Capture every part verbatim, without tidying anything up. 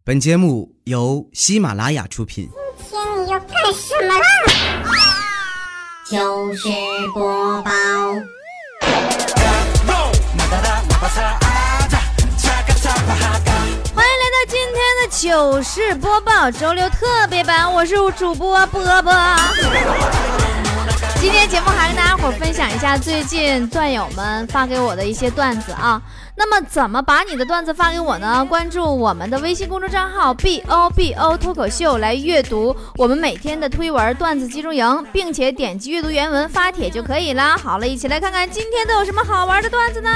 本节目由喜马拉雅出品。 今天你要干什么啦？ 糗事播报。 欢迎来到今天的糗事播报周六特别版，我是主播波波。今天节目还跟大家伙分享一下最近段友们发给我的一些段子啊。那么怎么把你的段子发给我呢？关注我们的微信公众账号 B O B O 脱口秀来阅读我们每天的推文段子集中营，并且点击阅读原文发帖就可以了。好了，一起来看看今天都有什么好玩的段子呢？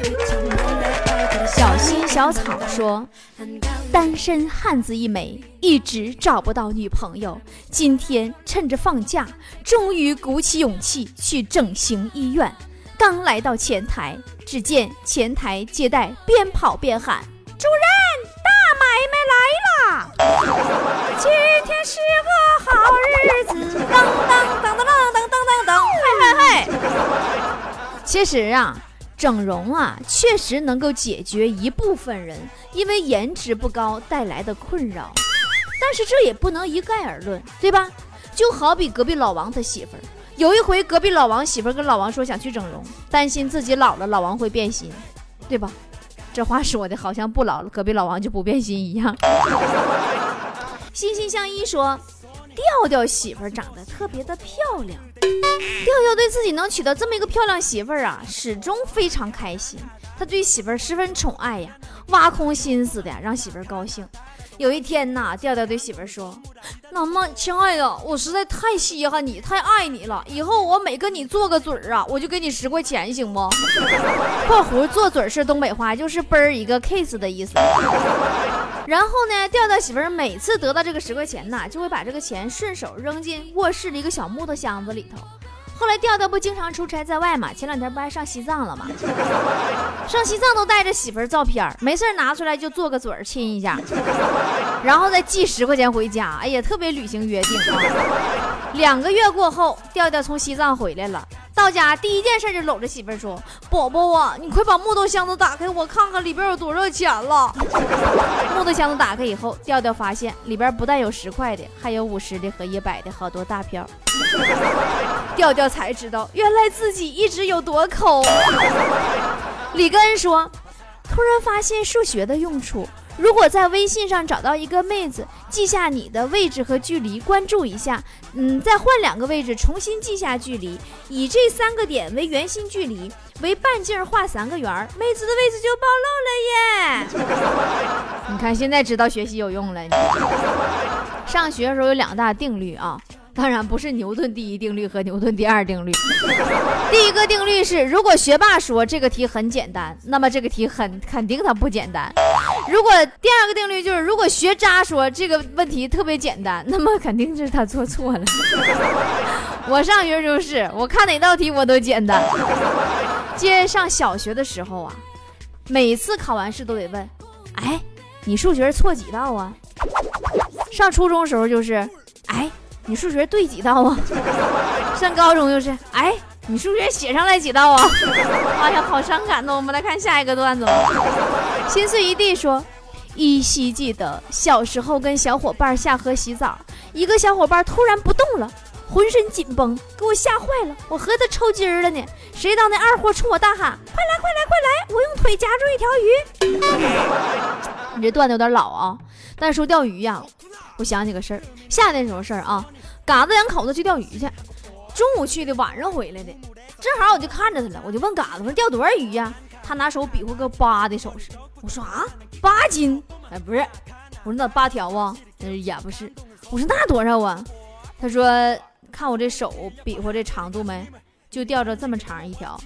小心小草说，单身汉子一枚，一直找不到女朋友，今天趁着放假终于鼓起勇气去整形医院。刚来到前台，只见前台接待边跑边喊，主任，大买卖来了，今天是个好日子，当当当当当当当当，嘿嘿嘿。其实啊，整容啊确实能够解决一部分人因为颜值不高带来的困扰，但是这也不能一概而论，对吧？就好比隔壁老王他媳妇儿，有一回隔壁老王媳妇儿跟老王说想去整容，担心自己老了老王会变心，对吧？这话说的好像不老了隔壁老王就不变心一样。心心相依说，调调媳妇儿长得特别的漂亮，调调对自己能娶到这么一个漂亮媳妇儿啊，始终非常开心。他对媳妇儿十分宠爱呀，挖空心思的让媳妇儿高兴。有一天呐，调调对媳妇儿说，那么亲爱的，我实在太稀罕你，太爱你了，以后我每跟你做个嘴儿啊，我就给你十块钱，行不？括弧做嘴是东北话，就是啵儿一个 kiss 的意思。然后呢，调调媳妇儿每次得到这个十块钱呐，就会把这个钱顺手扔进卧室的一个小木头箱子里头。后来调调不经常出差在外嘛，前两天不还上西藏了吗？上西藏都带着媳妇儿照片，没事拿出来就做个嘴儿亲一下，然后再寄十块钱回家。哎呀，特别履行约定啊！两个月过后，调调从西藏回来了，到家第一件事就搂着媳妇儿说，宝宝啊，你快把木头箱子打开，我看看里边有多少钱了。木头箱子打开以后，调调发现里边不但有十块的，还有五十的和一百的好多大票。调调才知道原来自己一直有多抠。李根恩说，突然发现数学的用处，如果在微信上找到一个妹子，记下你的位置和距离，关注一下，嗯，再换两个位置重新记下距离，以这三个点为圆心距离，为半径画三个圆，妹子的位置就暴露了耶。你看现在知道学习有用了。上学的时候有两大定律啊，当然不是牛顿第一定律和牛顿第二定律。第一个定律是，如果学霸说这个题很简单，那么这个题很肯定它不简单。如果第二个定律就是，如果学渣说这个问题特别简单，那么肯定是他做错了。我上学就是，我看哪道题我都简单。接上小学的时候啊，每次考完试都得问，哎，你数学错几道啊？上初中的时候就是，哎，你数学对几道啊？上高中就是，哎，你数学写上来几道啊？哎呀，好伤感的。我们来看下一个段子。心碎一地说，依稀记得小时候跟小伙伴下河洗澡，一个小伙伴突然不动了，浑身紧绷，给我吓坏了，我和他抽筋儿了呢。谁道那二货冲我大喊，快来快来快来，我用腿夹住一条鱼。你这段子有点老啊，但是说钓鱼呀，我想起个事儿，夏天时候事儿啊，嘎子两口子去钓鱼去，中午去的，晚上回来的，正好我就看着他了，我就问嘎子，我说钓多少鱼呀？他拿手比划个八的手势，我说啊，八斤？哎，不是，我说那八条啊？那也不是，我说那多少啊？他说看我这手比划这长度没，就钓着这么长一条。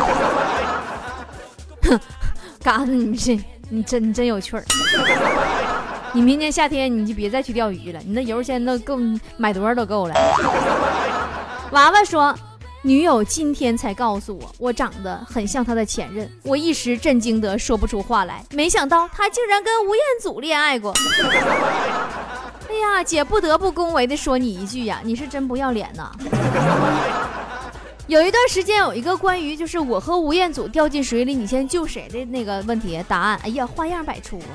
哼，嘎子你这你真真有趣儿。你明年夏天你就别再去钓鱼了，你那油钱都够买多少都够了。娃娃说，女友今天才告诉我，我长得很像她的前任，我一时震惊得说不出话来，没想到她竟然跟吴彦祖恋爱过。哎呀，姐不得不恭维的说你一句呀，你是真不要脸呐。有一段时间有一个关于就是我和吴彦祖掉进水里你先救谁的那个问题答案，哎呀花样百出啊，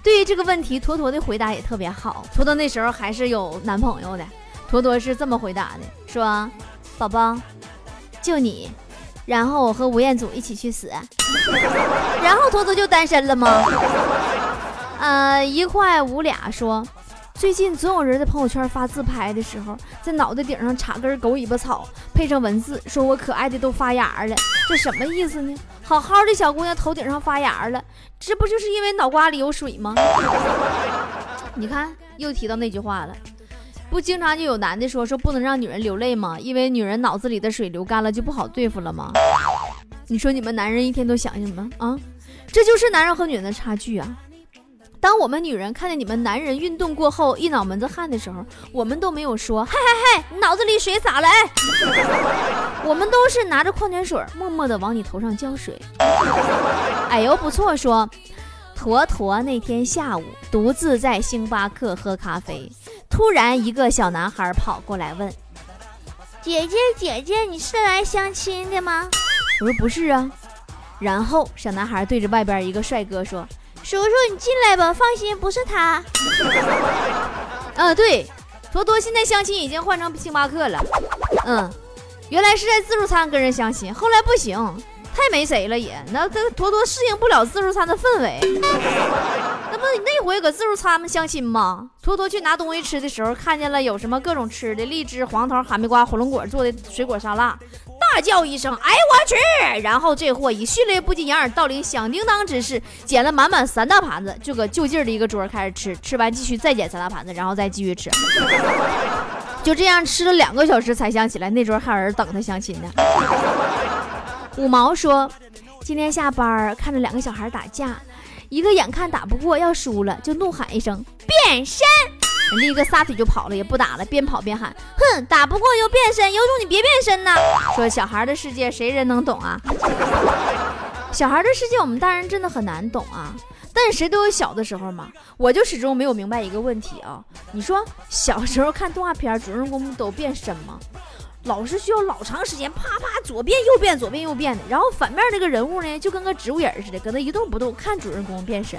对于这个问题，坨坨的回答也特别好。坨坨那时候还是有男朋友的，坨坨是这么回答的，说宝宝就你，然后我和吴彦祖一起去死，然后坨坨就单身了吗？呃，一块五俩说，最近总有人在朋友圈发自拍的时候，在脑袋顶上插根狗尾巴草，配上文字，说我可爱的都发芽了，这什么意思呢？好好的小姑娘头顶上发芽了，这不就是因为脑瓜里有水吗？你看又提到那句话了，不经常就有男的说说不能让女人流泪吗？因为女人脑子里的水流干了就不好对付了吗？你说你们男人一天都想什么啊？这就是男人和女人的差距啊。当我们女人看见你们男人运动过后一脑门子汗的时候，我们都没有说嗨嗨嗨，你脑子里水洒了哎，我们都是拿着矿泉水默默地往你头上浇水。哎呦不错，说坨坨那天下午独自在星巴克喝咖啡，突然一个小男孩跑过来问，姐姐姐姐，你是来相亲的吗？我说不是啊。然后小男孩对着外边一个帅哥说，叔叔你进来吧，放心不是他。嗯，对，坨坨现在相亲已经换成星巴克了。嗯，原来是在自助餐跟人相亲，后来不行，太没谁了也，那跟坨坨适应不了自助餐的氛围。那不那回搁自助餐相亲吗？坨坨去拿东西吃的时候，看见了有什么各种吃的，荔枝、黄桃、哈密瓜、火龙果做的水果沙拉，大叫一声哎我去，然后这货以迅雷不及掩耳盗铃响叮当之势捡了满满三大盘子，就搁就近的一个桌开始吃，吃完继续再捡三大盘子，然后再继续吃。就这样吃了两个小时才想起来那桌还有人等他相亲呢。五毛说，今天下班看着两个小孩打架，一个眼看打不过要输了，就怒喊一声变身，另一个撒腿就跑了，也不打了，边跑边喊，哼，打不过又变身，有种你别变身呐。说小孩的世界谁人能懂啊？小孩的世界我们大人真的很难懂啊，但是谁都有小的时候嘛。我就始终没有明白一个问题啊，你说小时候看动画片主人公都变身吗？老是需要老长时间啪啪左变右变左变右变的，然后反面这个人物呢就跟个植物人似的，搁那一动不动看主人公变身，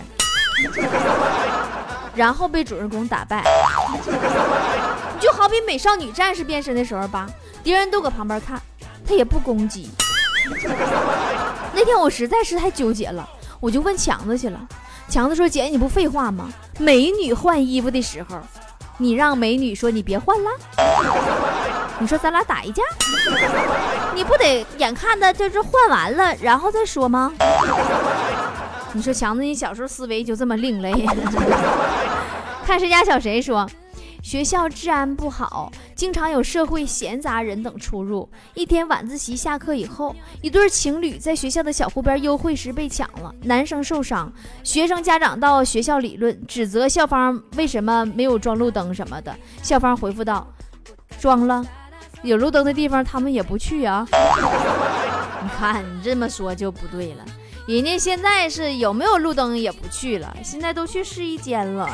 然后被主人公打败。你就好比美少女战士变身的时候吧，敌人都搁旁边看，他也不攻击。那天我实在是太纠结了，我就问强子去了。强子说，姐你不废话吗？美女换衣服的时候你让美女说你别换了，你说咱俩打一架，你不得眼看的就是换完了然后再说吗？你说强子你小时候思维就这么另类。看谁家小谁说，学校治安不好，经常有社会闲杂人等出入。一天晚自习下课以后，一对情侣在学校的小湖边幽会时被抢了，男生受伤，学生家长到学校理论，指责校方为什么没有装路灯什么的。校方回复道，装了，有路灯的地方他们也不去啊。你看你这么说就不对了，人家现在是有没有路灯也不去了，现在都去试衣间了。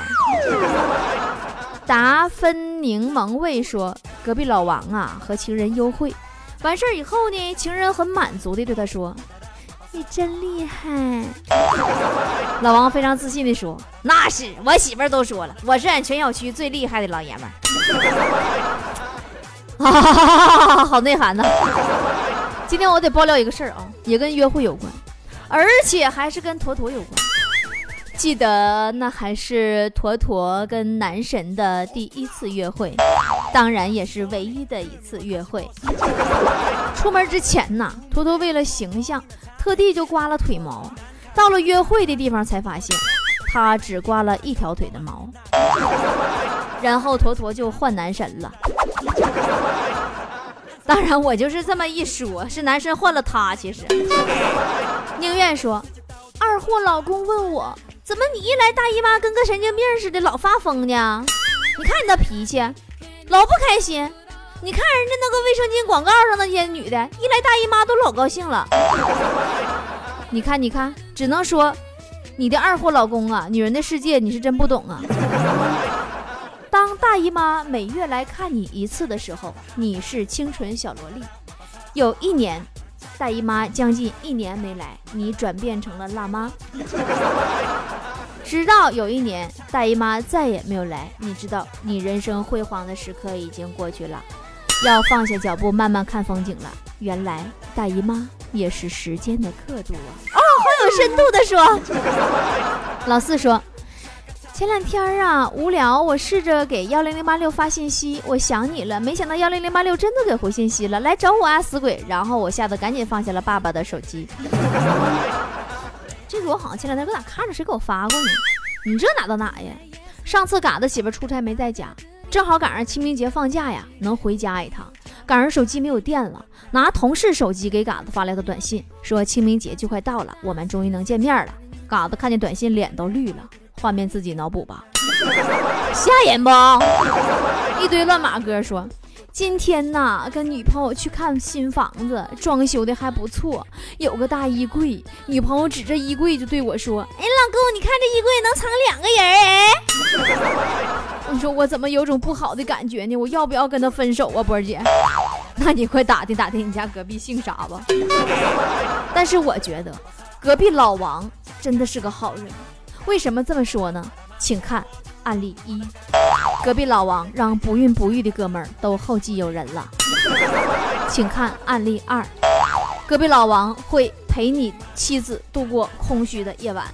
达芬柠檬味说，隔壁老王啊和情人幽会完事儿以后呢，情人很满足地对他说，你真厉害。老王非常自信地说，那是我媳妇儿都说了，我是俺全小区最厉害的老爷们儿。啊，好内涵呢。今天我得爆料一个事儿啊，也跟约会有关，而且还是跟坨坨有关。记得那还是坨坨跟男神的第一次约会，当然也是唯一的一次约会。出门之前呢，坨坨为了形象特地就刮了腿毛，到了约会的地方才发现他只刮了一条腿的毛，然后坨坨就换男神了。当然我就是这么一说，是男神换了他。其实宁愿说，二货老公问我，怎么你一来大姨妈跟个神经病似的老发疯呢？你看你的脾气老不开心，你看人家那个卫生巾广告上那些女的一来大姨妈都老高兴了。你看你看，只能说你的二货老公啊，女人的世界你是真不懂啊。当大姨妈每月来看你一次的时候，你是清纯小萝莉。有一年大姨妈将近一年没来，你转变成了辣妈。 直到有一年大姨妈再也没有来，你知道你人生辉煌的时刻已经过去了，要放下脚步慢慢看风景了。原来大姨妈也是时间的刻度啊！哦，好有深度的说。老四说，前两天啊无聊，我试着给幺零零八六发信息，我想你了，没想到幺零零八六真的给回信息了，来找我啊死鬼！然后我吓得赶紧放下了爸爸的手机。这个我好像前两天搁哪看着谁给我发过呢？你这哪到哪呀？上次嘎子媳妇出差没在家，正好赶上清明节放假呀，能回家一趟，赶上手机没有电了，拿同事手机给嘎子发来的短信，说清明节就快到了，我们终于能见面了。嘎子看见短信脸都绿了，画面自己脑补吧。吓人不？一堆乱码歌说，今天呐跟女朋友去看新房子，装修的还不错，有个大衣柜，女朋友指着衣柜就对我说，哎，老公你看这衣柜能藏两个人哎。你说我怎么有种不好的感觉呢？我要不要跟他分手啊，波儿姐？那你快打听打听你家隔壁姓啥吧。但是我觉得隔壁老王真的是个好人。为什么这么说呢？请看案例一，隔壁老王让不孕不育的哥们儿都后继有人了。请看案例二，隔壁老王会陪你妻子度过空虚的夜晚。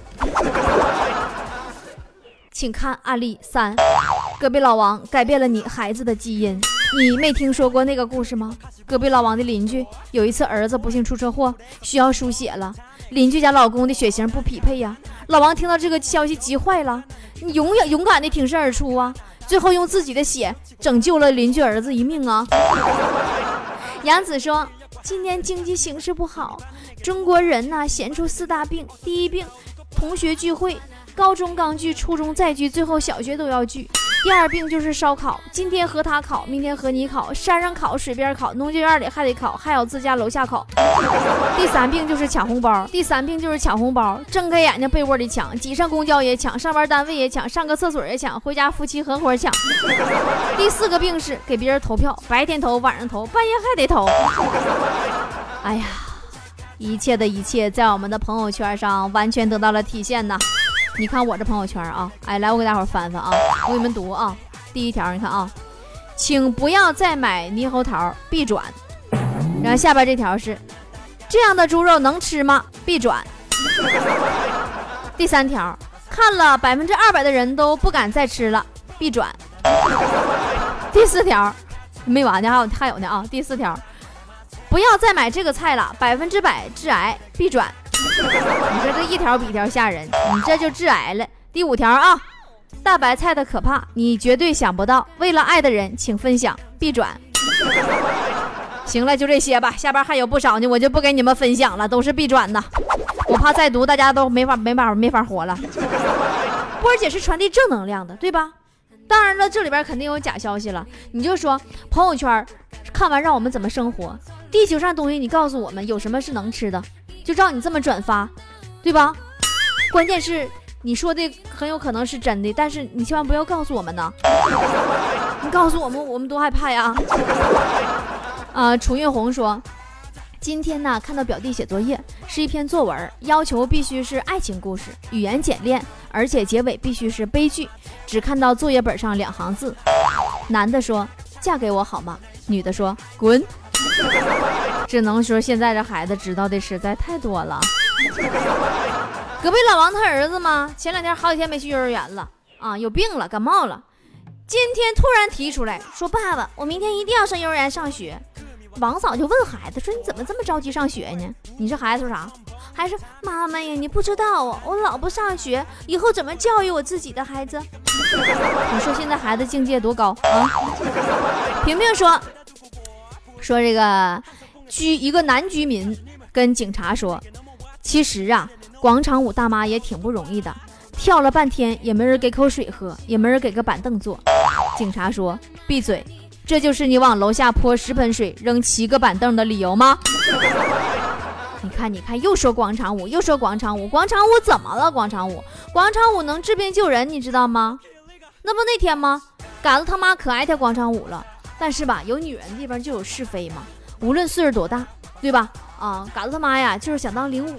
请看案例三，隔壁老王改变了你孩子的基因。你没听说过那个故事吗？隔壁老王的邻居有一次儿子不幸出车祸，需要输血了，邻居家老公的血型不匹配呀。老王听到这个消息急坏了，你永远勇敢的挺身而出啊，最后用自己的血拯救了邻居儿子一命啊。杨子说，今年经济形势不好，中国人呐、啊、显出四大病，第一病同学聚会，高中刚聚，初中再聚，最后小学都要聚。第二病就是烧烤，今天和他烤，明天和你烤，山上烤，水边烤，农学院里还得烤，还有自家楼下烤。第三病就是抢红包，第三病就是抢红包，睁开眼睛被窝里抢，挤上公交也抢，上班单位也抢，上个厕所也抢，回家夫妻合伙抢。第四个病是给别人投票，白天投，晚上投，半夜还得投。哎呀，一切的一切在我们的朋友圈上完全得到了体现呐。你看我这朋友圈啊，哎，来我给大伙翻翻啊，我给你们读啊。第一条，你看啊，请不要再买猕猴桃，必转。然后下边这条是，这样的猪肉能吃吗？必转。第三条，看了百分之二百的人都不敢再吃了，必转。第四条，没完呢，还有还有呢啊。第四条，不要再买这个菜了，百分之百致癌，必转。你说这一条比一条吓人，你这就致癌了。第五条啊，大白菜的可怕你绝对想不到，为了爱的人请分享，必转。行了，就这些吧，下边还有不少呢，我就不给你们分享了，都是必转的，我怕再读大家都没法没法没法活了。波儿姐是传递正能量的，对吧？当然了，这里边肯定有假消息了。你就说朋友圈看完让我们怎么生活，地球上东西你告诉我们有什么是能吃的，就照你这么转发，对吧？关键是你说的很有可能是真的，但是你千万不要告诉我们呢。你告诉我们，我们多害怕呀。呃，楚运红说，今天呢看到表弟写作业，是一篇作文，要求必须是爱情故事，语言简练，而且结尾必须是悲剧。只看到作业本上两行字，男的说嫁给我好吗？女的说滚。只能说现在这孩子知道的实在太多了。隔壁老王他儿子嘛，前两天好几天没去幼儿园了啊，有病了，感冒了。今天突然提出来说，爸爸，我明天一定要上幼儿园上学。王嫂就问孩子说，你怎么这么着急上学呢？你这孩子说啥？还说妈妈呀，你不知道啊，我老不上学，以后怎么教育我自己的孩子？你说现在孩子境界多高啊？平平说说这个居一个男居民跟警察说，其实啊广场舞大妈也挺不容易的，跳了半天也没人给口水喝，也没人给个板凳坐。警察说，闭嘴，这就是你往楼下泼十盆水扔七个板凳的理由吗？你看你看，又说广场舞，又说广场舞，广场舞怎么了？广场舞广场舞能治病救人，你知道吗？那不那天吗？嘎子他妈可爱跳广场舞了，但是吧，有女人的地方就有是非嘛，无论岁数多大，对吧？啊，嘎子他妈呀，就是想当领舞嘛，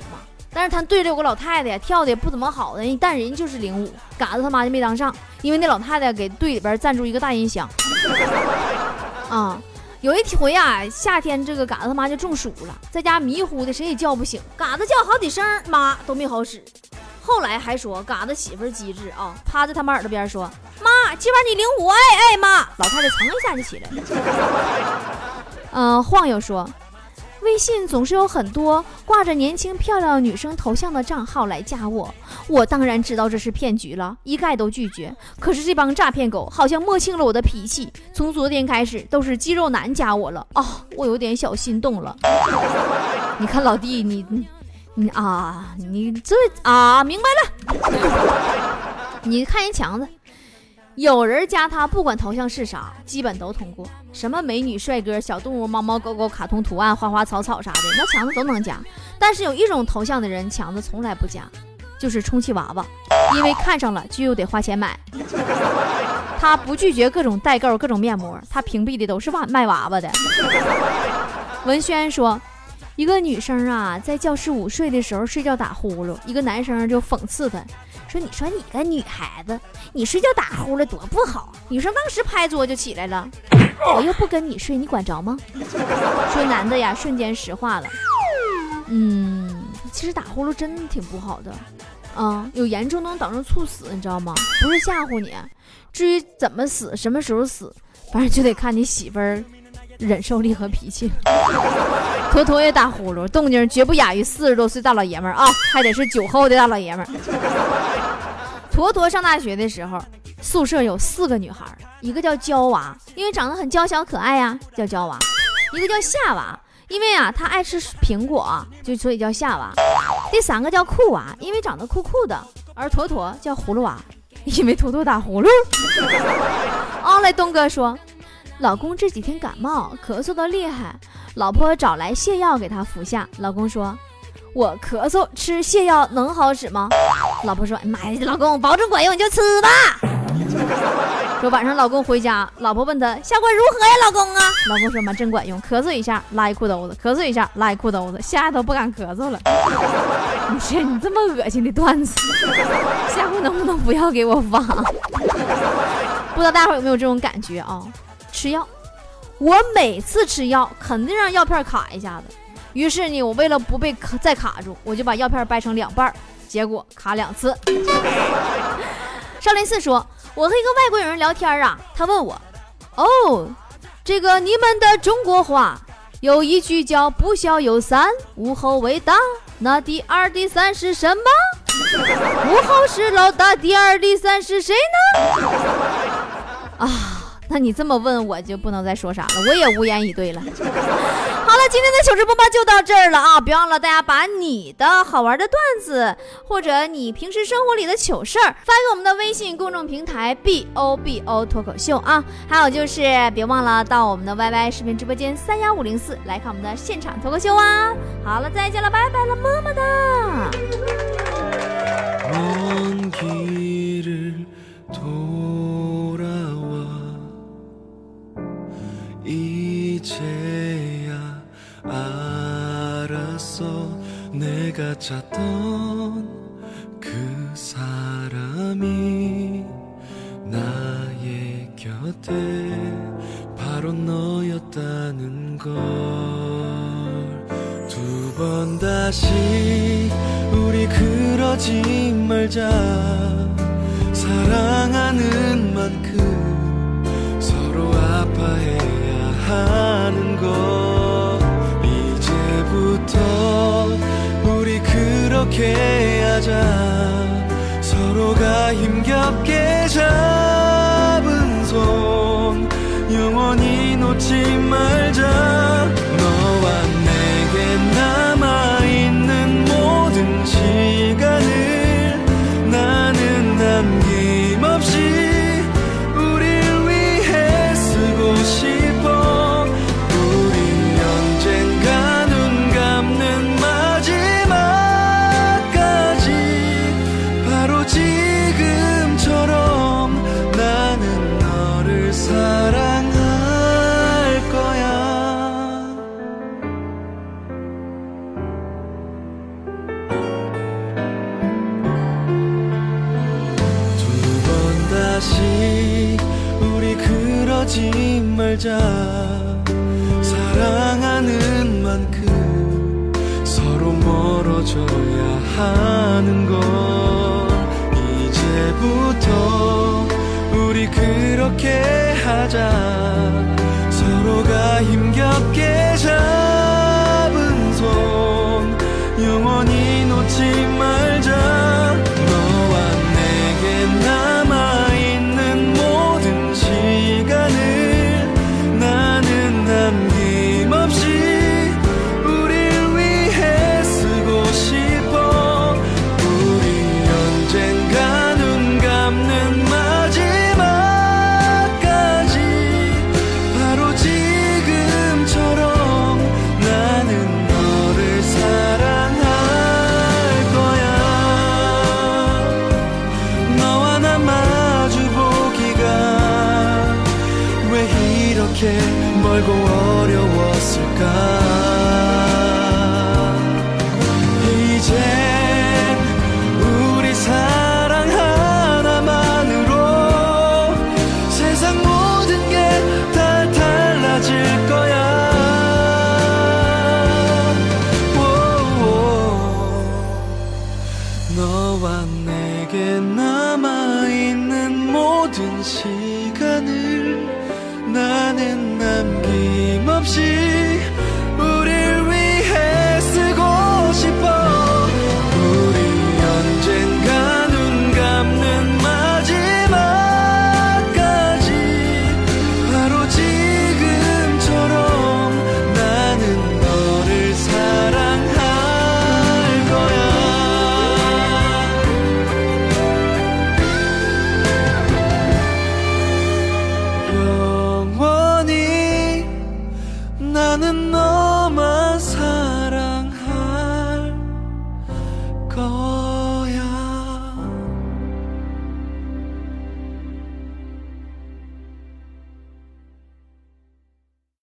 但是他队里有个老太太跳的也不怎么好的，但人就是零五，嘎子他妈就没当上，因为那老太太给队里边赞助一个大音响啊。有一回啊，夏天这个嘎子他妈就中暑了，在家迷糊的谁也叫不醒，嘎子叫好几声妈都没好使。后来还说嘎子媳妇机智啊，趴在他妈耳朵边说，妈今晚你领我，哎哎妈，老太太噌一下就起来了。嗯、呃，晃悠说微信总是有很多挂着年轻漂亮女生头像的账号来加我，我当然知道这是骗局了，一概都拒绝。可是这帮诈骗狗好像摸清了我的脾气，从昨天开始都是肌肉男加我了啊、哦，我有点小心动了。你看老弟，你你啊，你这啊明白了。你看人强子，有人加他不管头像是啥基本都通过，什么美女帅哥小动物猫猫狗狗卡通图案花花草草啥的那强子都能加。但是有一种头像的人强子从来不加，就是充气娃娃，因为看上了就又得花钱买。他不拒绝各种代购各种面膜，他屏蔽的都是卖娃娃的。文轩说一个女生啊在教室午睡的时候睡觉打呼噜，一个男生就讽刺她说，你说你个女孩子你睡觉打呼噜多不好。女生当时拍桌就起来了，我又不跟你睡你管着吗？说男的呀瞬间石化了。嗯，其实打呼噜真的挺不好的啊、嗯，有严重能导致猝死你知道吗？不是吓唬你，至于怎么死什么时候死反正就得看你媳妇儿忍受力和脾气。坨坨也打呼噜，动静绝不亚于四十多岁大老爷们儿啊，还得是酒后的大老爷们儿。坨坨上大学的时候，宿舍有四个女孩，一个叫娇娃，因为长得很娇小可爱呀、啊，叫娇娃；一个叫夏娃，因为啊她爱吃苹果，就所以叫夏娃；第三个叫酷娃，因为长得酷酷的；而坨坨叫葫芦娃，因为坨坨打葫芦。哦，来东哥说，老公这几天感冒咳嗽的厉害，老婆找来泻药给他服下。老公说，我咳嗽吃泻药能好使吗？老婆说，哎妈呀，老公保证管用，你就吃吧。说晚上老公回家，老婆问他效果如何呀老公啊？老公说妈真管用，咳嗽一下拉一裤兜子，咳嗽一下拉一裤兜子，下都不敢咳嗽了。你说你这么恶心的段子，下回能不能不要给我发？不知道大伙有没有这种感觉啊？吃药，我每次吃药肯定让药片卡一下子，于是呢我为了不被卡再卡住，我就把药片掰成两半，结果卡两次。少林寺说，我和一个外国人聊天啊，他问我，哦，这个你们的中国话有一句叫不孝有三，无后为大，那第二第三是什么？无后是老大，第二第三是谁呢？啊，那你这么问我就不能再说啥了，我也无言以对了。好了，今天的糗事播报就到这儿了啊！别忘了大家把你的好玩的段子或者你平时生活里的糗事儿发给我们的微信公众平台 B O B O 脱口秀啊！还有就是别忘了到我们的 Y Y 视频直播间三幺五零四来看我们的现场脱口秀啊！好了，再见了，拜拜了，么么哒。내가 찾던 그 사람이 나의 곁에 바로 너였다는 걸 두 번 다시 우리 그러지 말자 사랑하는 만큼 서로 아파해야 하는 것 이제부터 우리 그렇게 하자 서로가 힘겹게 잡은 손 영원히 놓지 말자 너와 내게 남아있는 모든 시간을 나는 남김없이 우릴 위해 쓰고 싶어 우린 언젠가 눈 감는 지금처럼 나는 너를 사랑할 거야 놓지 말자. 사랑하는 만큼 서로 멀어져야 하는 걸. 이제부터 우리 그렇게 하자. 서로가 힘겹게 잡은 손 영원히 놓지 말자. 너와 내게 남아있는 모든 시간을 나는 남김없이 우릴 위해 쓰고 싶어. 우리 언젠가 눈 감는 마지막까지 바로 지금처럼 나는 너를 사랑할 거야. 너와 나 마주보기가 왜 이렇게 멀고 어려웠을까. 이제 우리 사랑 하나만으로 세상 모든 게 다 달라질 거야. 오오. 너와 내게 남아있는 모든 시간을 나는 남김없이 우릴 위해 쓰고 싶어. 우리 언젠가 눈 감는 마지막까지 바로 지금처럼 나는 너를 사랑할 거야. 영원히 나는 너만 사랑할 거야.